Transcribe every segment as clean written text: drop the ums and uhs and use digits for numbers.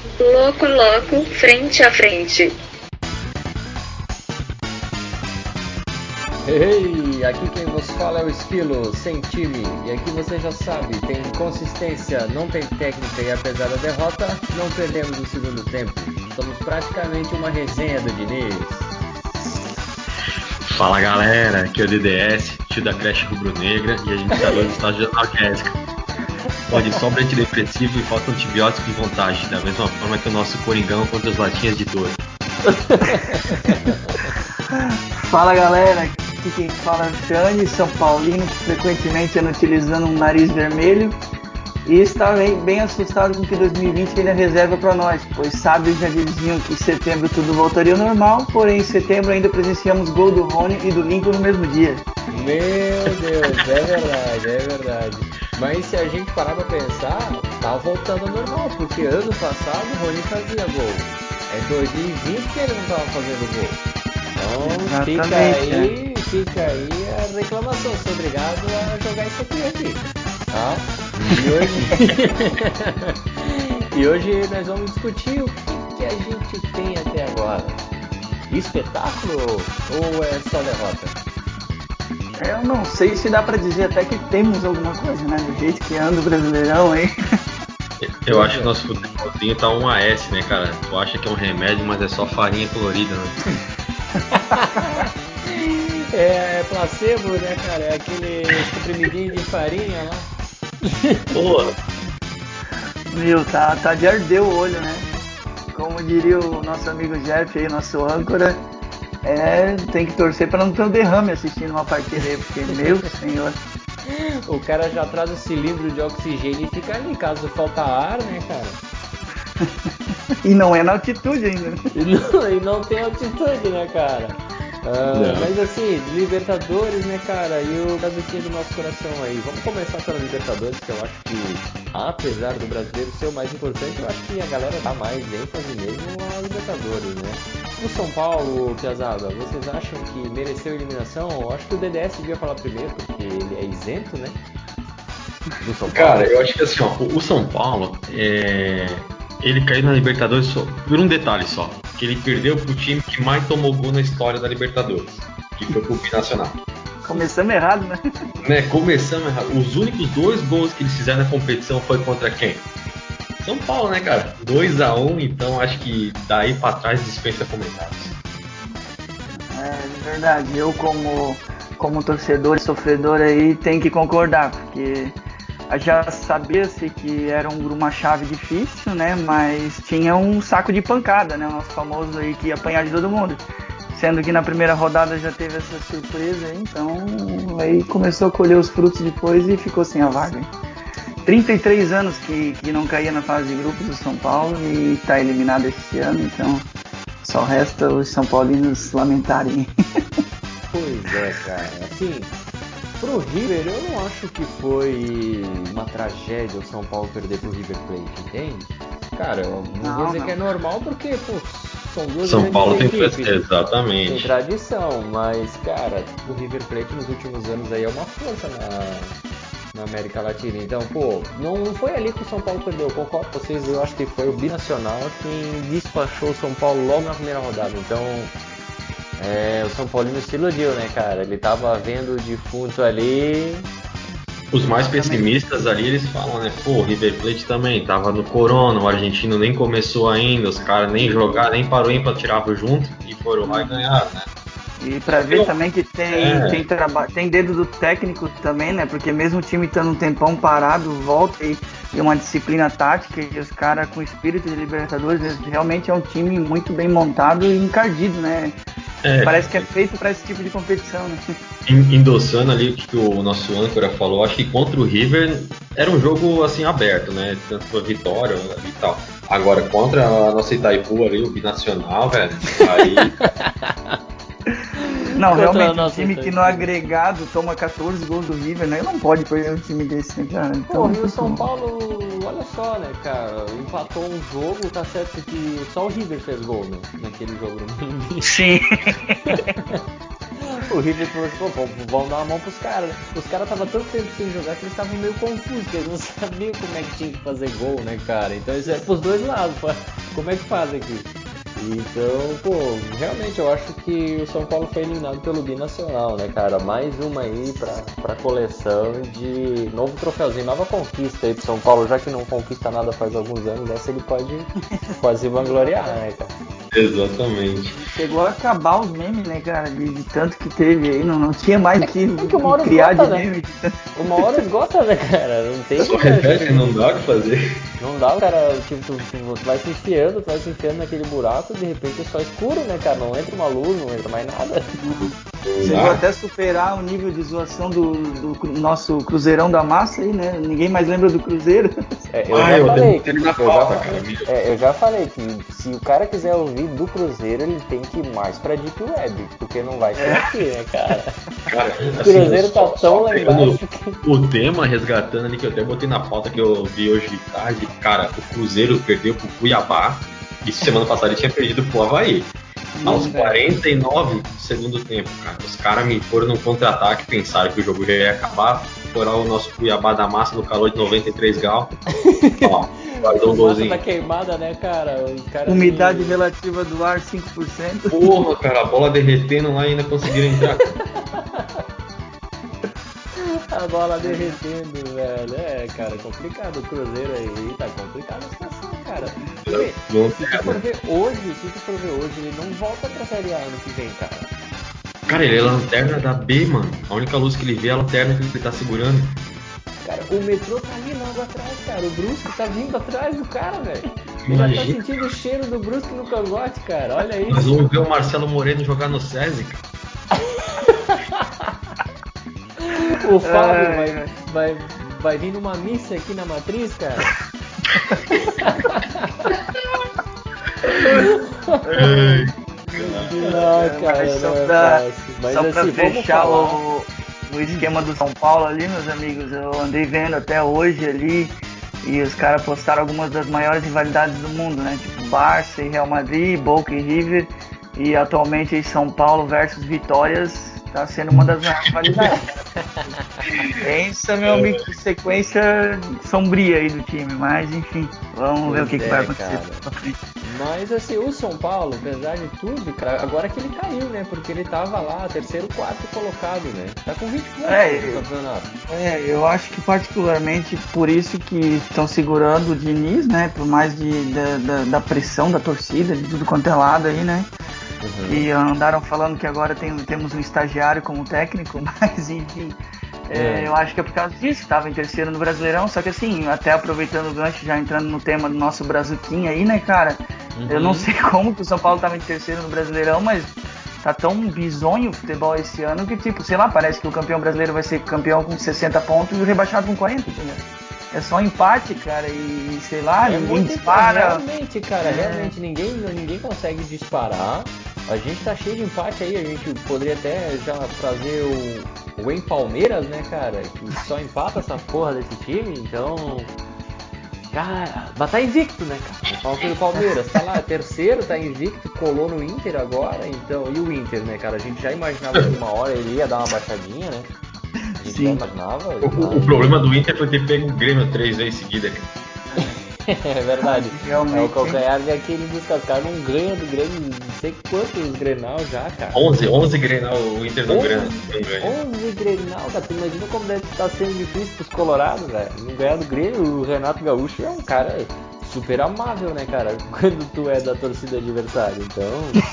Loco, loco, frente a frente. Ei, aqui quem vos fala é o Esquilo, sem time. E aqui você já sabe, tem consistência, não tem técnica e apesar da derrota, não perdemos o segundo tempo. Somos praticamente uma resenha do Diniz. Fala galera, aqui é o DDS, tio da creche rubro-negra e a gente saiu do estágio de analgésica. Onde sobra antidepressivo e falta antibiótico de vontade, da mesma forma que o nosso Coringão contra as latinhas de touro. Fala galera, aqui quem fala é o Xande, São Paulino, que frequentemente anda utilizando um nariz vermelho e está bem assustado com que 2020 ainda reserva para nós, pois sábios já diziam que em setembro tudo voltaria ao normal, porém em setembro ainda presenciamos gol do Rony e do Lincoln no mesmo dia. Meu Deus, é verdade. Mas se a gente parar pra pensar, tá voltando ao normal, porque ano passado o Rony fazia gol. É 2020 que ele não tava fazendo gol. Então fica aí a reclamação, sou obrigado a jogar isso aqui. Tá? E hoje nós vamos discutir o que a gente tem até agora. Espetáculo ou é só derrota? Eu não sei se dá pra dizer até que temos alguma coisa, né? Do jeito que anda o Brasileirão aí. Eu acho que nosso futebolzinho tá um AS, né, cara? Tu acha que é um remédio, mas é só farinha colorida, né? É placebo, né, cara? É aquele comprimidinho de farinha lá. Pô, Meu, tá de arder o olho, né? Como diria o nosso amigo Jeff aí, nosso âncora, tem que torcer pra não ter um derrame assistindo uma partida aí, porque, meu senhor. O cara já traz o cilindro de oxigênio e fica ali, caso falta ar, né, cara? E não é na altitude ainda. E não tem altitude, né, cara? Mas assim, Libertadores, né, cara? E o casuquinho do nosso coração aí. Vamos começar pela Libertadores, que eu acho que, apesar do brasileiro ser o mais importante, eu acho que a galera dá mais ênfase mesmo a Libertadores, né? O São Paulo, Piazada, vocês acham que mereceu a eliminação? Eu acho que o DDS devia falar primeiro, porque ele é isento, né? Do São Paulo. cara, eu acho que assim, ó, o São Paulo, ele caiu na Libertadores só, por um detalhe só, que ele perdeu pro time que mais tomou gol na história da Libertadores, que foi pro Binacional. Começamos errado, né? Começamos errado. Os únicos 2 gols que eles fizeram na competição foi contra quem? São Paulo, né, cara? 2-1, então acho que daí pra trás dispensa comentários. É verdade, eu como torcedor e sofredor aí tenho que concordar, porque já sabia-se que era uma chave difícil, né? Mas tinha um saco de pancada, né? O nosso famoso aí que ia apanhar de todo mundo. Sendo que na primeira rodada já teve essa surpresa aí, então aí começou a colher os frutos depois e ficou sem a vaga. 33 anos que não caía na fase de grupos do São Paulo e está eliminado esse ano, então só resta os São Paulinos lamentarem. Pois é, cara. Assim, pro River, eu não acho que foi uma tragédia o São Paulo perder pro River Plate, entende? Cara, eu não vou dizer que é normal porque, pô, são duas São Paulo grandes tem equipes. Tem exatamente. tradição, mas, cara, o River Plate nos últimos anos aí é uma força na América Latina. Então, pô, não foi ali que o São Paulo perdeu. Eu concordo com vocês, eu acho que foi o Binacional quem despachou o São Paulo logo na primeira rodada. Então, o São Paulino se iludiu, né, cara? Ele tava vendo o defunto ali. Os mais pessimistas ali, eles falam, né? Pô, o River Plate também tava no Corona, o argentino nem começou ainda, os caras nem jogaram, nem parou ímpar, tiravam junto e foram lá e ganharam, né? E pra ver também que tem dedo do técnico também, né? Porque mesmo o time estando um tempão parado, volta e uma disciplina tática e os caras com espírito de Libertadores, realmente é um time muito bem montado e encardido, né? Parece que é feito para esse tipo de competição, né? Endossando ali o que o nosso âncora falou, acho que contra o River era um jogo assim aberto, né? Tanto a vitória e tal. Agora, contra a nossa Itaipu ali, o Binacional, velho, aí. Não, realmente, um time que no agregado toma 14 gols do River, né? Não pode perder um time desse, né, cara? Então, pô, e o São Paulo, olha só, né, cara? Empatou um jogo, tá certo que só o River fez gol, né? Naquele jogo no Morumbi. Sim. O River falou assim, pô, vamos dar uma mão pros caras, né? Os caras estavam tanto tempo sem jogar que eles estavam meio confusos, porque eles não sabiam como é que tinha que fazer gol, né, cara? Então isso é pros dois lados, pô. Como é que faz aqui? Então, pô, realmente eu acho que o São Paulo foi eliminado pelo Binacional, né, cara? Mais uma aí pra coleção de novo troféuzinho, nova conquista aí pro São Paulo, já que não conquista nada faz alguns anos, essa ele pode se vangloriar, né, cara? Exatamente. Chegou a acabar os memes, né, cara? De tanto que teve aí, não tinha mais o que uma hora criar esgota, de né? meme. Uma hora esgota, né, cara? Não tem Só cara, repete, não dá o que fazer. Não dá, cara, tipo, tu vai se enfiando naquele buraco e de repente é só escuro, né, cara? Não entra uma luz, não entra mais nada. Chegou até a superar o nível de zoação do nosso Cruzeirão da Massa aí, né? Ninguém mais lembra do Cruzeiro. Eu já falei que se o cara quiser ouvir do Cruzeiro, ele tem que ir mais pra Deep Web, porque não vai ser aqui, né, cara? Cara, o Cruzeiro tá tão lá embaixo que... O tema, resgatando ali, que eu até botei na pauta que eu vi hoje de tarde, cara, o Cruzeiro perdeu pro Cuiabá, e semana passada ele tinha perdido pro Havaí. Aos 49 do segundo tempo, cara, os caras me foram no contra-ataque, pensaram que o jogo já ia acabar, foram o nosso Cuiabá da Massa no calor de 93 graus. Ó, guardou um golzinho. Massa tá queimada, né, cara? Os caras Umidade relativa do ar 5%. Porra, cara, a bola derretendo lá e ainda conseguiram entrar. A bola derretendo, velho. É, cara, complicado. O Cruzeiro aí tá complicado a situação, cara. Se tu for ver hoje, ele não volta pra Série A ano que vem, cara. Cara, ele é lanterna da B, mano. A única luz que ele vê é a lanterna que ele tá segurando. Cara, o metrô tá ali logo atrás, cara. O Brusque tá vindo atrás do cara, velho. Ele já tá sentindo o cheiro do Brusque no cangote, cara. Olha isso. Nós vamos ver o Marcelo Moreno jogar no SESI, cara. O Fábio vai vir numa missa aqui na Matriz, cara. Mas só pra fechar o esquema do São Paulo ali, meus amigos, eu andei vendo até hoje ali e os caras postaram algumas das maiores rivalidades do mundo, né? Tipo Barça e Real Madrid, Boca e River, e atualmente aí São Paulo versus Vitórias tá sendo uma das maiores rivalidades. Pensa, meu amigo, que sequência sombria aí do time, mas enfim, vamos ver o que vai acontecer. Mas assim, o São Paulo, apesar de tudo, cara, agora que ele caiu, né? Porque ele tava lá, terceiro, quarto colocado, né? Tá com 20 pontos no campeonato. Eu acho que particularmente por isso que estão segurando o Diniz, né? Por mais da pressão da torcida, de tudo quanto é lado aí, né? Uhum. E andaram falando que agora temos um estagiário como técnico, mas enfim, eu acho que é por causa disso, estava em terceiro no Brasileirão, só que assim, até aproveitando o gancho, já entrando no tema do nosso Brazuquinha aí, né, cara, eu não sei como que o São Paulo estava em terceiro no Brasileirão, mas tá tão bizonho o futebol esse ano que, tipo, sei lá, parece que o campeão brasileiro vai ser campeão com 60 pontos e o rebaixado com 40, entendeu? É só empate, cara, e sei lá, ninguém dispara. Realmente, cara, realmente ninguém consegue disparar. A gente tá cheio de empate aí, a gente poderia até já trazer o Em Palmeiras, né, cara, que só empata essa porra desse time, então... Cara, mas tá invicto, né, cara? Fala pelo Palmeiras, tá lá, terceiro, tá invicto, colou no Inter agora, então... E o Inter, né, cara, a gente já imaginava que uma hora ele ia dar uma baixadinha, né? A gente já imaginava. O problema do Inter foi ter pego o Grêmio 3 vezes seguida, cara. É verdade. Realmente, é o calcanhar daquele dos caras não ganha do Grêmio, não sei quantos Grenal já, cara. 11 Grenal, o Inter não ganha. 11 Grenal, cara. Tu imagina como deve estar sendo difícil pros colorados, velho. Não ganhar do Grêmio. O Renato Gaúcho é um cara super amável, né, cara? Quando tu é da torcida adversária. Então,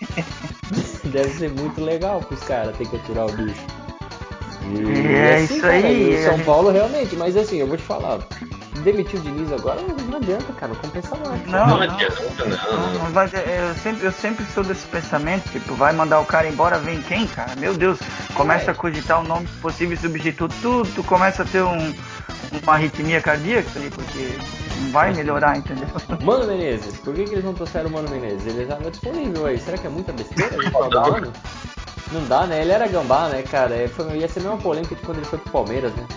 deve ser muito legal pros caras ter que aturar o bicho. E assim, isso aí. E o São Paulo realmente, mas assim, eu vou te falar. Demitir o Diniz agora não adianta, cara, não compensa mais. Não adianta. Eu sempre sou desse pensamento, tipo, vai mandar o cara embora, vem quem, cara? Meu Deus, começa a cogitar o nome de possível substituto, tu começa a ter uma arritmia cardíaca ali, porque não vai melhorar, entendeu? Mano Menezes, por que eles não trouxeram o Mano Menezes? Ele estava disponível aí, será que é muita besteira no final do ano? Não dá, né? Ele era gambá, né, cara? Ia ser a mesma polêmica de quando ele foi pro Palmeiras, né?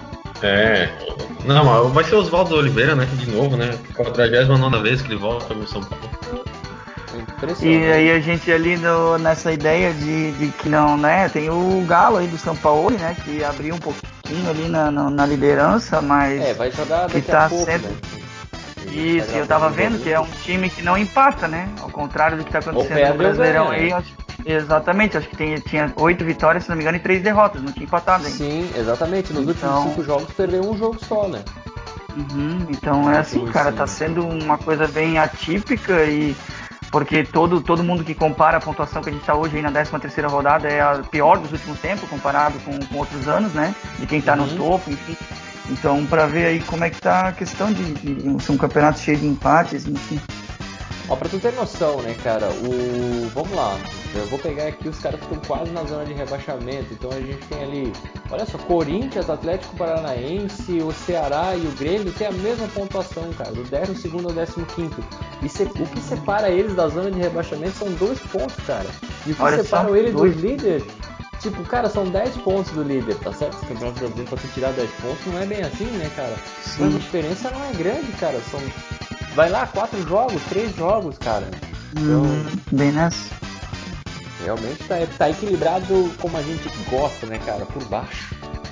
Não, mas vai ser o Oswaldo Oliveira, né? De novo, né? 49ª vez que ele volta no São Paulo. E aí a gente ali nessa ideia de que não, né? Tem o Galo aí do São Paulo, né? Que abriu um pouquinho ali na liderança, mas vai jogar que daqui tá a pouco, sendo... né? Isso, eu tava vendo que é um time que não empata, né? Ao contrário do que tá acontecendo no Brasileirão aí. Exatamente, acho que tinha 8 vitórias, se não me engano, e 3 derrotas, não tinha empatado ainda. Sim, exatamente. Nos últimos 5 jogos perdeu um jogo só, né? Então é assim, cara, tá sendo uma coisa bem atípica e porque todo mundo que compara a pontuação que a gente tá hoje aí na 13ª rodada é a pior dos últimos tempos, comparado com outros anos, né? De quem tá no topo, enfim. Então, pra ver aí como é que tá a questão de ser um campeonato cheio de empates, enfim. Ó, pra tu ter noção, né, cara, vamos lá, eu vou pegar aqui, os caras que estão quase na zona de rebaixamento, então a gente tem ali, olha só, Corinthians, Atlético Paranaense, o Ceará e o Grêmio tem a mesma pontuação, cara, do 12º ao 15º. E o que separa eles da zona de rebaixamento são 2 pontos, cara. E o que separa eles dos líderes, tipo, cara, são 10 pontos do líder, tá certo? O Campeonato Brasileiro, pra tu tirar 10 pontos, não é bem assim, né, cara? Sim. Mas a diferença não é grande, cara, vai lá, 4 jogos, 3 jogos, cara. Então, bem nessa. Realmente tá equilibrado como a gente gosta, né, cara? Por baixo.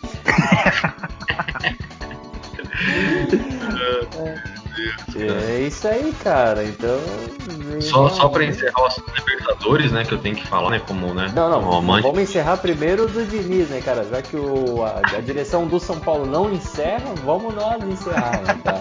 É isso aí, cara. Então. Só pra encerrar o assunto Libertadores, né? Que eu tenho que falar, né? Como, né? Não. Vamos encerrar primeiro do Diniz, né, cara? Já que a direção do São Paulo não encerra, vamos nós encerrar, né, cara?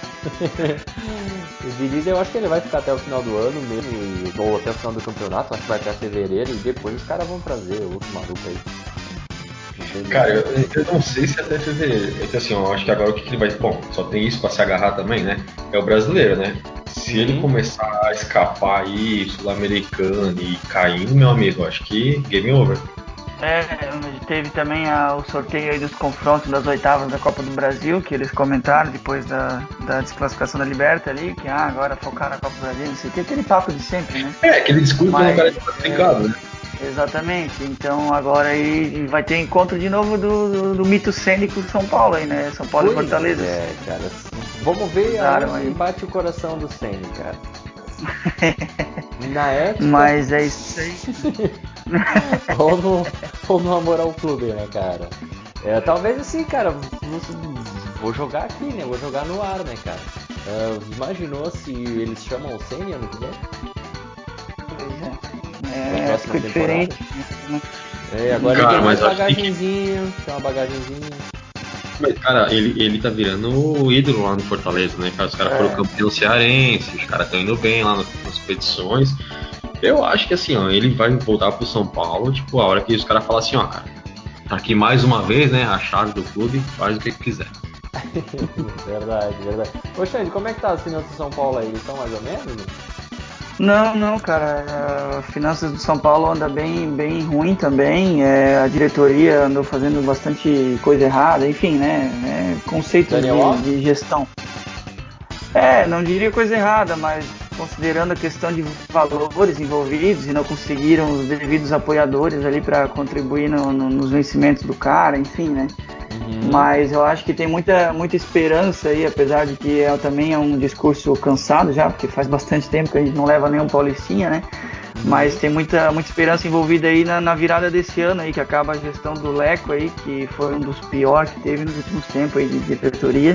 O Diniz, eu acho que ele vai ficar até o final do ano mesmo, ou até o final do campeonato, acho que vai até fevereiro, e depois os caras vão trazer outro maluco aí. Cara, eu não sei se até fevereiro. É que assim, eu acho que agora o que ele vai. Bom, só tem isso pra se agarrar também, né? É o brasileiro, né? Se ele começar a escapar aí, sul-americano e caindo, meu amigo, eu acho que game over. Teve também o sorteio aí dos confrontos das oitavas da Copa do Brasil, que eles comentaram depois da desclassificação da Liberta ali, que agora focar na Copa do Brasil, não sei o que, aquele papo de sempre, né? Aquele discurso que não cara classificado, né? Exatamente, então agora aí vai ter encontro de novo do mito cênico São Paulo aí, né? São Paulo e Fortaleza. Cara, vamos ver aonde bate o coração do Ceni, cara. Na ética. Mas é isso aí. ou no amor ao clube, né, cara? Talvez assim, cara, vou jogar aqui, né? Vou jogar no ar, né, cara? Imaginou se eles chamam o Ceni ano que vem? Pois é. Próxima temporada. Diferente. Agora cara, ele tem uma bagagenzinha. Mas, cara, ele tá virando o ídolo lá no Fortaleza, né? Cara, os caras foram campeão cearense, os caras estão indo bem lá nas competições. Eu acho que assim, ó, ele vai voltar pro São Paulo, tipo, a hora que os caras falam assim, ó, cara, tá aqui mais uma vez, né? A chave do clube, faz o que quiser. Verdade. Ô, Xande, como é que tá as finanças do São Paulo aí? Eles estão mais ou menos? Né? Não, cara. As finanças do São Paulo anda bem ruim também. A diretoria andou fazendo bastante coisa errada, enfim, né? Conceitos de gestão. Não diria coisa errada, mas considerando a questão de valores envolvidos e não conseguiram os devidos apoiadores ali para contribuir nos vencimentos do cara, enfim, né? Mas eu acho que tem muita esperança aí, apesar de que também é um discurso cansado já, porque faz bastante tempo que a gente não leva nenhum paulistinha, né? Mas tem muita esperança envolvida aí na virada desse ano aí, que acaba a gestão do Leco aí, que foi um dos piores que teve nos últimos tempos aí de diretoria.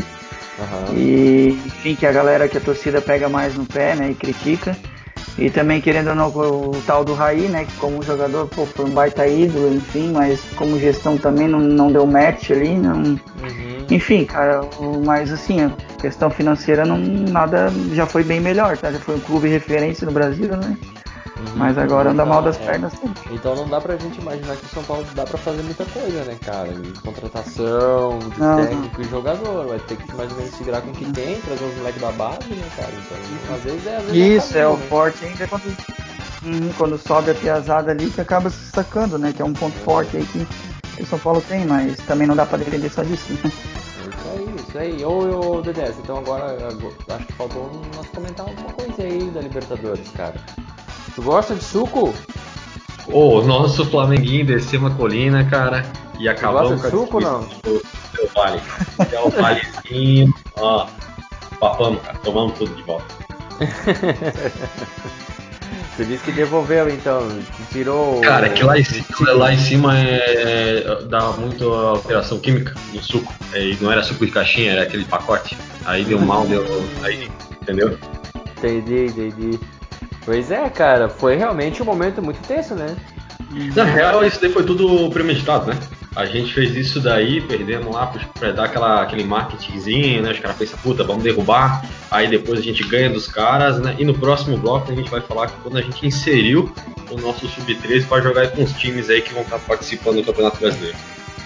E enfim, que a torcida pega mais no pé, né, e critica. E também querendo ou não, o tal do Raí, né, que como jogador, foi um baita ídolo, enfim, mas como gestão também não deu match ali, não. Enfim, cara, mas assim, a questão financeira nada já foi bem melhor, tá? Já foi um clube referência no Brasil, né? Mas agora anda mal das pernas sempre. Então não dá pra gente imaginar que o São Paulo dá pra fazer muita coisa, né, cara? De contratação, de técnico e jogador. Vai ter que mais ou menos se virar com o que tem, trazer os moleques da base, né, cara? Então, às vezes isso, caminho, o forte ainda quando sobe a piazada ali, que acaba se sacando, né? Que é um ponto forte aí que o São Paulo tem, mas também não dá pra depender só disso, né? Isso aí. Ô, Dedé, então agora acho que faltou nós comentar alguma coisa aí da Libertadores, cara. Tu gosta de suco? O nosso Flamenguinho desceu uma colina, cara, e acabamos com a suco, não? do Del Valle. Del Vallezinho, ó, papamos, cara, tomamos tudo de volta. Você disse que devolveu, então, tirou... Cara, é que lá em cima dá muito alteração química no suco. E não era suco de caixinha, era aquele pacote. Aí deu mal, aí, entendeu? Entendi. Pois é, cara, foi realmente um momento muito tenso, né? Na real, isso daí foi tudo premeditado, né? A gente fez isso daí, perdemos lá pra dar aquele marketingzinho, né? Os caras pensam, puta, vamos derrubar. Aí depois a gente ganha dos caras, né? E no próximo bloco a gente vai falar que quando a gente inseriu o nosso Sub-13 para jogar com os times aí que vão estar participando do Campeonato Brasileiro.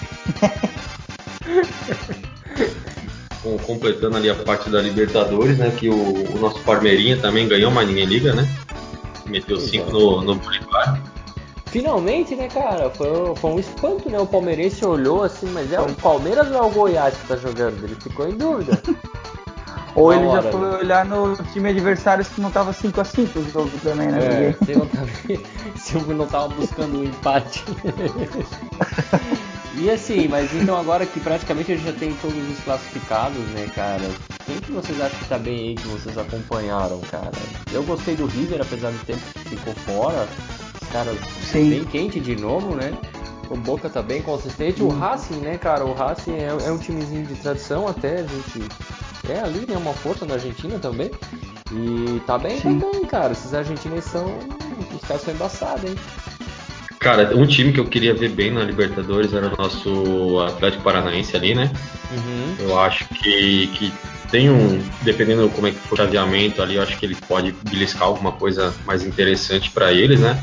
Completando ali a parte da Libertadores, né? Que o nosso Palmeirinha também ganhou, mas ninguém liga, né? Meteu 5 no Bolívar. Finalmente, né, cara? Foi um espanto, né? O palmeirense olhou assim, mas é o Palmeiras ou é o Goiás que tá jogando? Ele ficou em dúvida. Ou ele já foi olhar no time adversário que não tava 5-5 o jogo também, né? Se não tava buscando um empate. E assim, mas então agora que praticamente a gente já tem todos os classificados, né, cara? Quem que vocês acham que tá bem aí, que vocês acompanharam, cara? Eu gostei do River, apesar do tempo que ficou fora. Os caras bem quente de novo, né? O Boca tá bem consistente. O Racing, né, cara? O Racing é um timezinho de tradição até, a gente... É ali, né? Uma força na Argentina também. E tá bem também, cara. Esses argentinos os caras são embaçados, hein? Cara, um time que eu queria ver bem na Libertadores era o nosso Atlético Paranaense ali, né? Eu acho que tem dependendo como é que for o chaveamento ali, eu acho que ele pode beliscar alguma coisa mais interessante pra eles, né?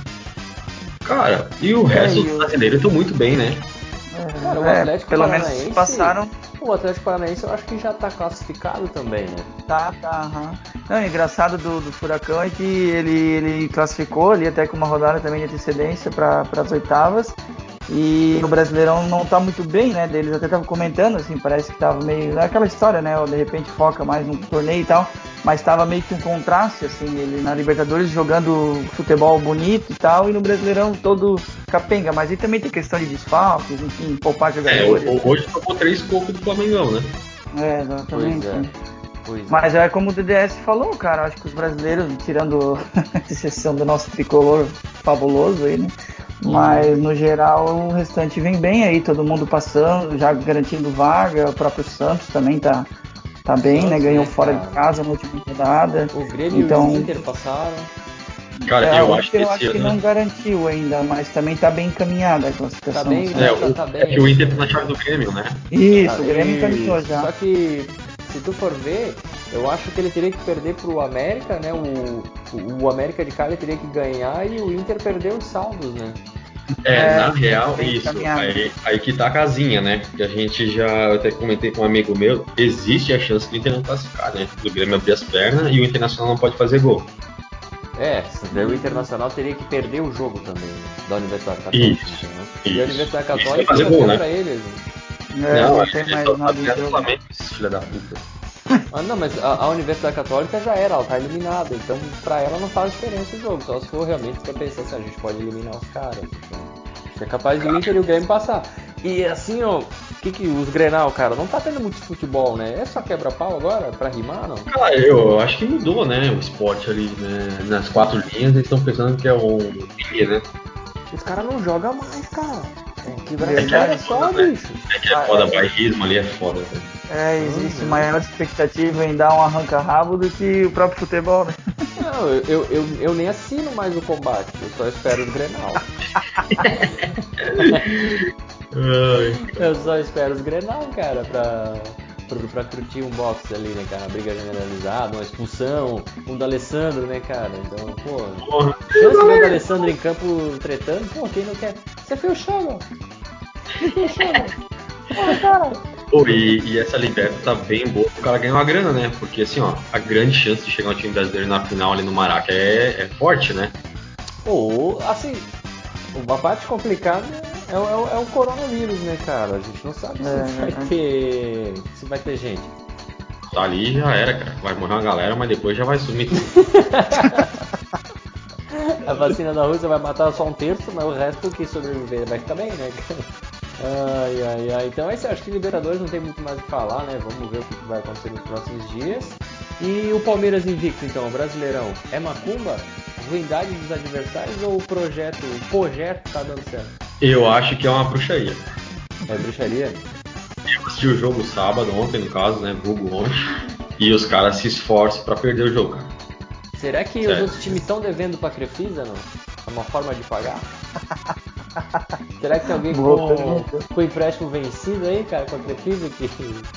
Cara, e o resto dos brasileiros estão muito bem, né? Cara, o Atlético pelo Paranaense... menos passaram... O Atlético Paranaense eu acho que já tá classificado também, né? Tá. Não, o engraçado do Furacão é que ele classificou ali até com uma rodada também de antecedência para as oitavas. E o Brasileirão não tá muito bem, né? Eles até estavam comentando, assim, parece que tava meio... Não é aquela história, né? Ou de repente foca mais no torneio e tal, mas tava meio que um contraste, assim, ele na Libertadores jogando futebol bonito e tal, e no Brasileirão todo capenga. Mas aí também tem questão de desfalques, enfim, poupar jogadores. Hoje tomou 3 cocos do Flamengão, né? Exatamente. Pois é. Mas é como o DDS falou, cara, acho que os brasileiros, tirando a exceção do nosso tricolor fabuloso aí, né? Mas no geral o restante vem bem aí, todo mundo passando, já garantindo vaga, o próprio Santos também tá bem, Santos, né? Ganhou né, fora cara? de casa na última rodada. O Grêmio Então, e o Inter passaram. Cara, eu acho que eu acho que não garantiu ainda, mas também tá bem encaminhada a classificação. Tá bem, tá bem. É que o Inter tá na chave do Grêmio, né? Isso, o Grêmio encaminhou já. Só que, se tu for ver, eu acho que ele teria que perder pro América, né? O América de Cali teria que ganhar e o Inter perdeu os saldos, né? Na real, isso. Aí que tá a casinha, né? Que a gente eu até comentei com um amigo meu, existe a chance do Inter não classificar, né? Do Grêmio abrir as pernas e o Internacional não pode fazer gol. O Internacional teria que perder o jogo também, né? Da Universidade Católica. Isso. E a Universidade Católica fazer gol, né? pra eles. Não tem mais nada de jogo. Filha da puta. Não, mas a Universidade Católica já era, ela tá eliminada, então pra ela não faz diferença o jogo, só se for realmente pra pensar se a gente pode eliminar os caras. Então, acho que é capaz do Inter e o Grêmio passar. E assim, ó, que os Grenal, cara, não tá tendo muito futebol, né? É só quebra-pau agora, pra rimar, não? Cara, eu acho que mudou, né? O esporte ali, né? Nas 4 linhas, eles estão pensando que é um guia, né? Os caras não jogam mais, cara. Que Verdade, é só, bicho. É que é foda, bairrismo ali é foda, velho. Existe maior expectativa em dar um arranca-rabo do que o próprio futebol, né? Não, eu nem assino mais o combate, eu só espero os Grenal. Eu só espero os Grenal, cara, pra curtir um boxe ali, né, cara? Uma briga generalizada, uma expulsão, um do Alessandro, né, cara? Então, chance de ver o Alessandro em campo tretando, quem não quer? Você fez o show, cara. E essa liberta tá bem boa, o cara ganha uma grana, né? Porque assim, ó, a grande chance de chegar um time brasileiro na final ali no Maraca é forte, né? Assim, uma parte complicada é o coronavírus, né, cara? A gente não sabe se vai ter gente. Tá ali já era, cara. Vai morrer uma galera, mas depois já vai sumir tudo. A vacina da Rússia vai matar só um terço, mas o resto que sobreviver vai ficar bem, né, cara? Ai. Então acho que Libertadores não tem muito mais o que falar, né? Vamos ver o que vai acontecer nos próximos dias. E o Palmeiras invicto, então, o Brasileirão, é macumba? ruindade dos adversários ou o projeto tá dando certo? Eu acho que é uma bruxaria. É bruxaria? Eu assisti o jogo sábado, ontem no caso, né? Vulgo ontem. E os caras se esforçam pra perder o jogo. Será que Sério? os outros times estão devendo pra Crefisa, não? É uma forma de pagar? Será que tem alguém com empréstimo vencido aí, cara, com a Crefisa que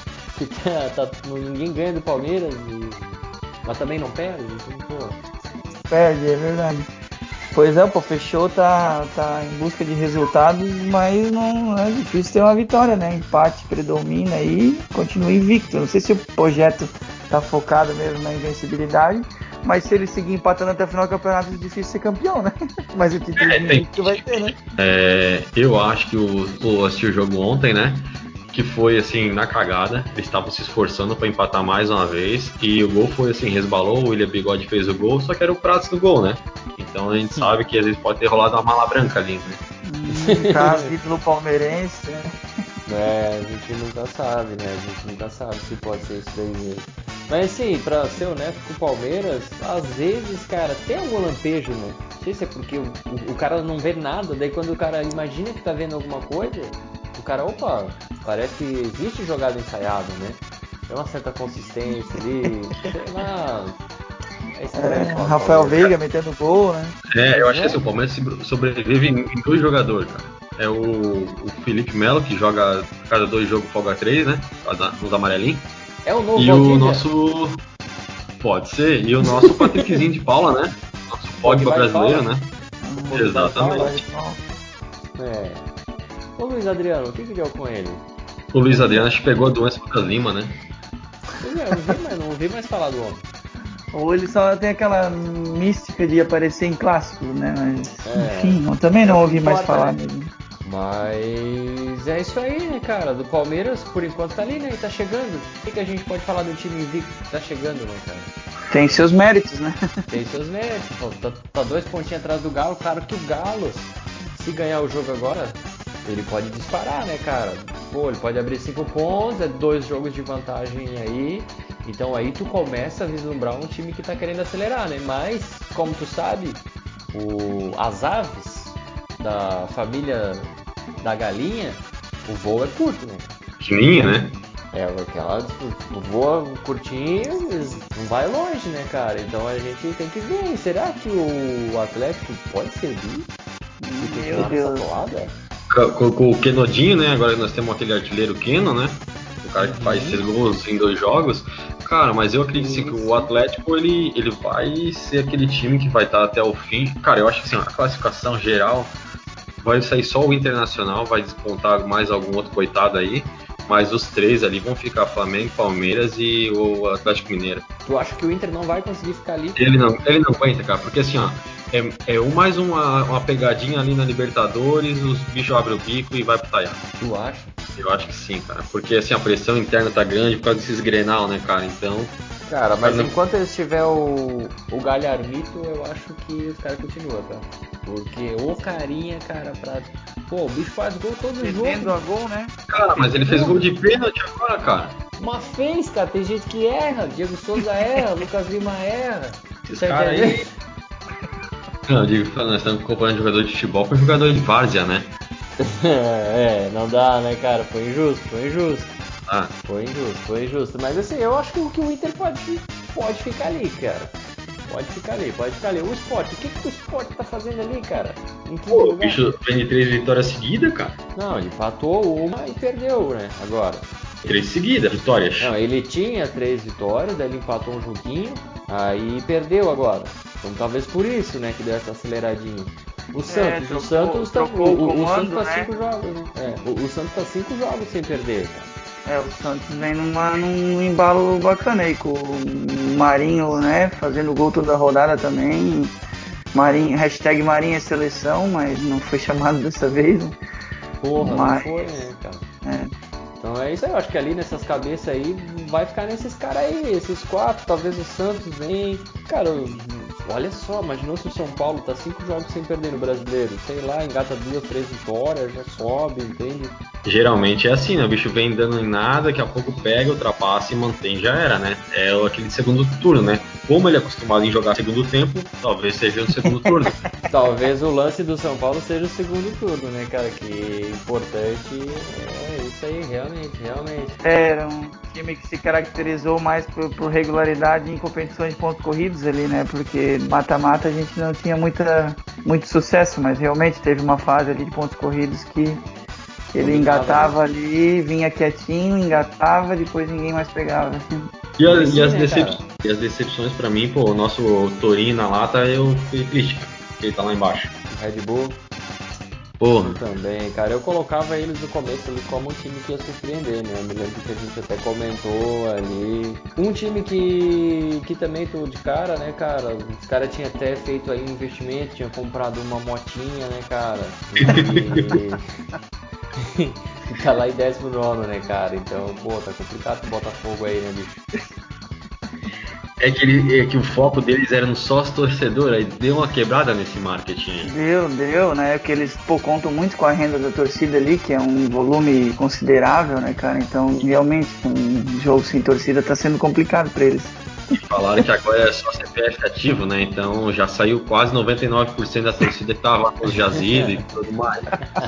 ninguém ganha do Palmeiras, mas também não perde? Então, pô. Perde, é verdade. Pois é, pô, fechou, tá em busca de resultados, mas não é difícil ter uma vitória, né? Empate predomina aí, continua invicto. Não sei se o projeto tá focado mesmo na invencibilidade, mas se ele seguir empatando até o final do campeonato, é difícil ser campeão, né? Mas o título de invicto vai ter, né? Eu acho que eu assisti o jogo ontem, né? Que foi assim, na cagada. Eles estavam se esforçando para empatar mais uma vez. E o gol foi assim, resbalou. O William Bigode fez o gol, só que era o Prats do gol, né? Então a gente sabe que às vezes pode ter rolado uma mala branca ali, né? Caso título palmeirense, né? A gente nunca sabe, né? A gente nunca sabe se pode ser isso daí mesmo. Mas assim, pra ser honesto com o Palmeiras, às vezes, cara, tem algum lampejo, né? Não sei se é porque o cara não vê nada, daí quando o cara imagina que tá vendo alguma coisa, o cara, opa, parece que existe jogada ensaiada, né? Tem uma certa consistência ali, sei lá. É estranho falar do Rafael Palmeiras. Veiga metendo gol, né? Eu acho que assim, o Palmeiras sobrevive em dois jogadores, cara. É o Felipe Melo, que joga cada 2 jogos, folga 3, né? Nos amarelinhos. É o novo E Valdívia? o nosso. Pode ser. E o nosso Patrickzinho de Paula, né? Nosso Pogba brasileiro, né? Exatamente. É. Ô Luiz Adriano, o que deu com ele? O Luiz Adriano acho que pegou a doença do Lima, né? Pois é, eu não ouvi mais falar do homem. Ou ele só tem aquela mística de aparecer em clássicos, né? Mas, enfim, eu também não ouvi mais falar mesmo. Mas é isso aí, né, cara? Do Palmeiras, por enquanto, tá ali, né? E tá chegando. O que a gente pode falar do time invicto que tá chegando, né, cara? Tem seus méritos, né? Tem seus méritos. Tá 2 pontinhos atrás do Galo. Claro que o Galo, se ganhar o jogo agora, ele pode disparar, né, cara? Pô, ele pode abrir 5 pontos, é 2 jogos de vantagem aí. Então aí tu começa a vislumbrar um time que tá querendo acelerar, né? Mas, como tu sabe, as aves da família da galinha, o voo é curto, né? Pequenininha, né? Aquela voa curtinho, não vai longe, né, cara? Então a gente tem que ver. Será que o Atlético pode servir? Se continuar nessa toada? Com o Kenodinho, né? Agora nós temos aquele artilheiro Keno, né? O cara que faz 6 gols em 2 jogos. Cara, mas eu acredito assim, que o Atlético ele vai ser aquele time que vai estar até o fim. Cara, eu acho que assim, a classificação geral vai sair só o Internacional, vai despontar mais algum outro coitado aí. Mas os 3 ali vão ficar Flamengo, Palmeiras e o Atlético Mineiro. Tu acha que o Inter não vai conseguir ficar ali? Ele não aguenta, cara, porque assim, ó, mais uma pegadinha ali na Libertadores, os bichos abrem o bico e vai pro Taiá. Tu acha? Eu acho que sim, cara, porque assim, a pressão interna tá grande por causa desses Grenal, né, cara, então... Cara, mas enquanto eles tiver o Galharmito, eu acho que os caras continuam, tá? Porque o carinha, cara, Pô, o bicho faz gol todo jogo. Defendendo a gol, né? Cara, mas ele fez gol de pênalti agora, cara. Mas fez, cara, tem gente que erra. Diego Souza erra, Lucas Lima erra. Esses caras aí... Não, eu digo, nós estamos comparando jogador de futebol com jogador de várzea, né? Não dá, né, cara? Foi injusto. Ah. Foi injusto. Mas assim, eu acho que o Inter pode ficar ali, cara. Pode ficar ali. O Sport, o que o Sport tá fazendo ali, cara? Pô, o bicho vem de 3 vitórias seguidas, cara. Não, ele empatou uma e perdeu, né, agora. 3 seguidas, vitórias. Não, ele tinha 3 vitórias, daí ele empatou um joguinho, aí perdeu agora. Então talvez por isso, né, que deu essa aceleradinha. O Santos tá 5 jogos, né? O Santos tá 5 jogos sem perder, cara. O Santos vem num embalo bacana aí, com o Marinho, né, fazendo gol toda a rodada também. Marinho, hashtag Marinho é seleção, mas não foi chamado dessa vez, né? Porra, não foi, né, cara? É. Então Então é isso aí, eu acho que ali nessas cabeças aí vai ficar nesses caras aí, esses 4, talvez o Santos vem. Cara, olha só, imaginou se o São Paulo tá 5 jogos sem perder no Brasileiro, sei lá, engata 2, 3 vitórias, já sobe, entende? Geralmente é assim, né? O bicho vem dando em nada, daqui a pouco pega, ultrapassa e mantém, já era, né? É aquele segundo turno, né? Como ele é acostumado em jogar segundo tempo, talvez seja no segundo turno. Talvez o lance do São Paulo seja o segundo turno, né, cara? Que importante é isso aí, realmente. Era um time que se caracterizou mais por regularidade em competições de pontos corridos ali, né? Porque mata-mata a gente não tinha muito sucesso, mas realmente teve uma fase ali de pontos corridos que ele engatava ali, vinha quietinho, engatava, depois ninguém mais pegava. E as decepções pra mim, pô, o nosso Torinho na lata, eu fiquei triste, cara, porque ele tá lá embaixo. Red Bull. Porra. Eu também, cara. Eu colocava eles no começo ali como um time que ia surpreender, né? Eu me lembro que a gente até comentou ali. Um time que também tô de cara, né, cara? Os caras tinham até feito aí um investimento, tinha comprado uma motinha, né, cara? E tá lá em 19º, né, cara? Então, pô, tá complicado pro Botafogo aí, né, bicho? É que o foco deles era no sócio torcedor, aí deu uma quebrada nesse marketing aí. Deu, né? Porque eles contam muito com a renda da torcida ali, que é um volume considerável, né, cara? Então, realmente, um jogo sem torcida tá sendo complicado pra eles. E falaram que agora é só CPF ativo, né? Então já saiu quase 99% da torcida que tava lá com os jazidos e tudo mais.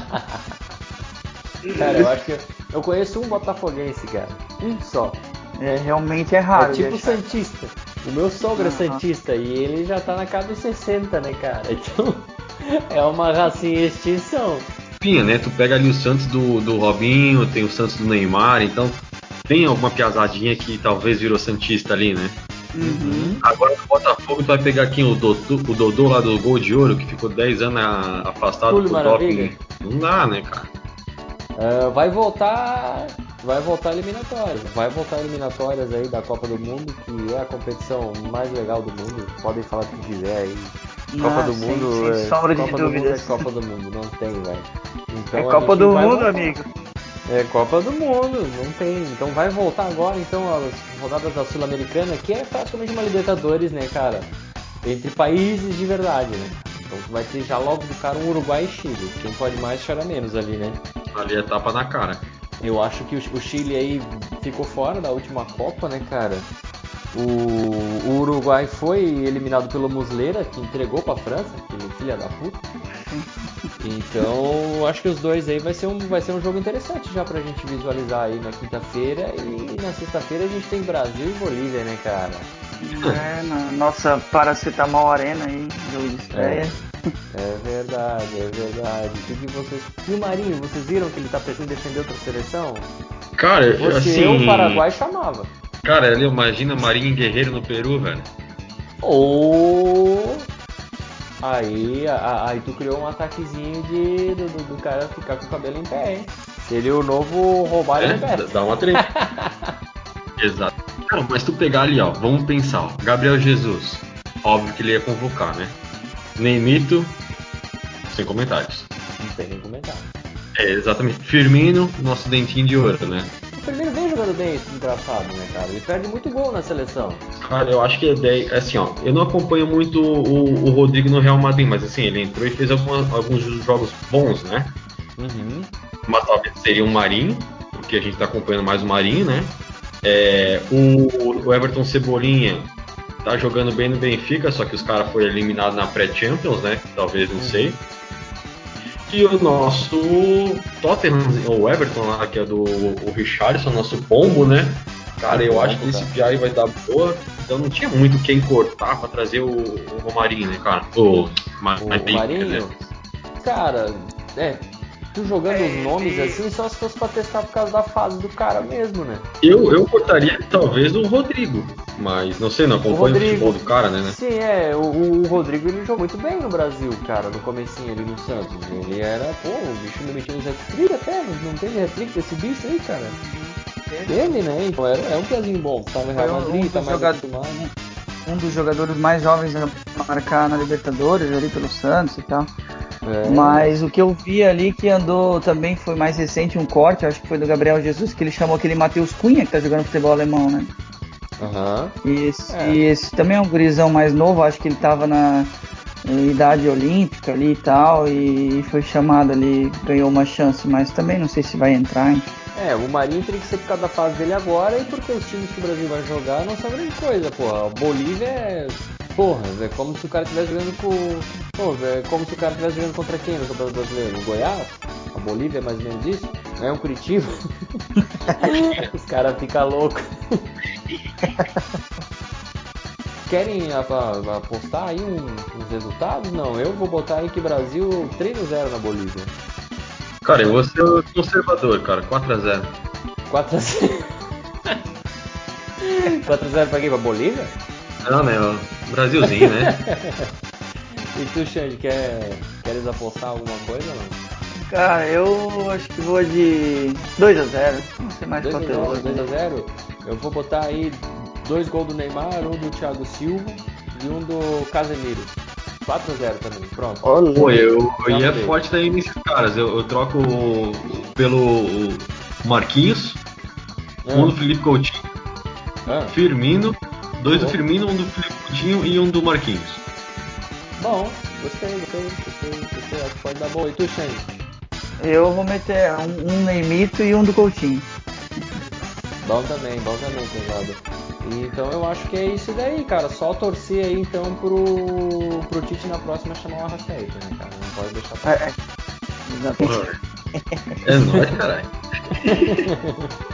Cara, eu acho que eu conheço um botafoguense, cara. Um só. Realmente é raro. É tipo santista. O meu sogro é santista e ele já tá na casa dos 60, né, cara? Então é uma racinha em extinção. Sim, né? Tu pega ali o Santos do Robinho, tem o Santos do Neymar, então tem alguma piazadinha que talvez virou santista ali, né? Uhum. Agora no Botafogo tu vai pegar aqui o Dodô lá do Gol de Ouro, que ficou 10 anos afastado Túlio por Maravilha. doping. Não dá, né, cara? Vai voltar eliminatórias aí da Copa do Mundo, que é a competição mais legal do mundo. Podem falar o que quiser aí. Copa do Mundo, sem sombra de Copa do Mundo é dúvidas. Copa do Mundo, não tem, velho. Então É a Copa gente do vai Mundo, voltar. amigo. É Copa do Mundo, não tem. Então vai voltar agora então as rodadas da Sul-Americana, que é praticamente uma Libertadores, né, cara? Entre países de verdade, né? Então vai ter já logo do cara um Uruguai e Chile. Quem pode mais chora menos ali, né? Ali é tapa na cara. Eu acho que o Chile aí ficou fora da última Copa, né, cara? O Uruguai foi eliminado pelo Muslera, que entregou pra França, aquele filha da puta. Então, acho que os dois aí vai ser um jogo interessante já pra gente visualizar aí na quinta-feira. E na sexta-feira a gente tem Brasil e Bolívia, né, cara? Na nossa Paracetamol Arena aí, jogo de estreia. É verdade. O que vocês... E o Marinho, vocês viram que ele tá pensando em defender outra seleção? Cara, O Paraguai chamava. Cara, ele imagina Marinho e Guerreiro no Peru, velho. Aí tu criou um ataquezinho do cara ficar com o cabelo em pé, hein? Seria o novo roubar e Beto. Dá uma treta. Exato. Cara, mas tu pegar ali, ó, vamos pensar, ó. Gabriel Jesus, óbvio que ele ia convocar, né? Neymito, sem comentários. Não tem nem comentário. Exatamente. Firmino, nosso dentinho de ouro, né? O Firmino vem jogando bem, engraçado, né, cara? Ele perde muito gol na seleção. Cara, eu acho que a ideia, assim, ó, eu não acompanho muito o Rodrigo no Real Madrid, mas assim, ele entrou e fez alguns jogos bons, né? Uhum. Mas talvez seria o Marinho, porque a gente tá acompanhando mais o Marinho, né? O Everton Cebolinha tá jogando bem no Benfica, só que os caras foram eliminados na pré-Champions, né? Talvez, não sei. E o nosso Tottenham, o Everton lá, que é o Richarlison, nosso pombo, né? Cara, eu acho que esse Piai vai dar boa. Então não tinha muito quem cortar pra trazer o Romarinho, né, cara? O Marinho? Cara, tu jogando os nomes assim, só se fosse pra testar por causa da fase do cara mesmo, né? Eu cortaria talvez o Rodrigo, mas não sei, não acompanho o futebol do cara, né? Sim, o Rodrigo ele jogou muito bem no Brasil, cara, no comecinho ali no Santos. Ele era, o bicho me metia uns hat-trick até, não teve hat-trick desse bicho aí, cara? Teve, né? Então é um pezinho bom, tá no Real Madrid, tá mais acostumado. Um dos jogadores mais jovens a marcar na Libertadores ali pelo Santos e tal. Mas o que eu vi ali que andou também foi mais recente, um corte, acho que foi do Gabriel Jesus, que ele chamou aquele Matheus Cunha, que tá jogando futebol alemão, né? E esse também é um gurizão mais novo, acho que ele tava na idade olímpica ali e tal, e foi chamado ali, ganhou uma chance, mas também não sei se vai entrar, hein? O Marinho teria que ser por causa da fase dele agora e porque os times que o Brasil vai jogar não são grande coisa, porra. A Bolívia é. Porra, é como se o cara estivesse jogando com. Pô, é como se o cara estivesse jogando contra quem no Campeonato Brasileiro? O Goiás? A Bolívia é mais ou menos isso? Não é um Curitiba? Os caras ficam loucos. Querem apostar aí uns resultados? Não, eu vou botar aí que Brasil 3-0 na Bolívia. Cara, eu vou ser conservador, cara. 4-0. 4-0. 4-0 pra quem? Pra Bolívia? Não, né? Brasilzinho, né? E tu, Xande, queres apostar alguma coisa ou não? Cara, eu acho que vou de 2-0. Vamos ser mais cauteloso. 2-0? Eu vou botar aí 2 gols do Neymar, um do Thiago Silva e um do Casemiro. 4-0 também, pronto. Pô, eu ia forte daí nesses caras. Eu troco pelo Marquinhos, um do Felipe Coutinho, Firmino, 2 do Firmino, um do Felipe Coutinho e um do Marquinhos. Bom, gostei. Acho que pode dar boa. E tu, Xande? Eu vou meter um Neymito e um do Coutinho. Bom também, pesado. Então eu acho que é isso daí, cara. Só torcer aí então pro Tite na próxima chamar o Arrascaeta, né, cara? Não pode deixar passar. Exatamente. É nóis, caralho.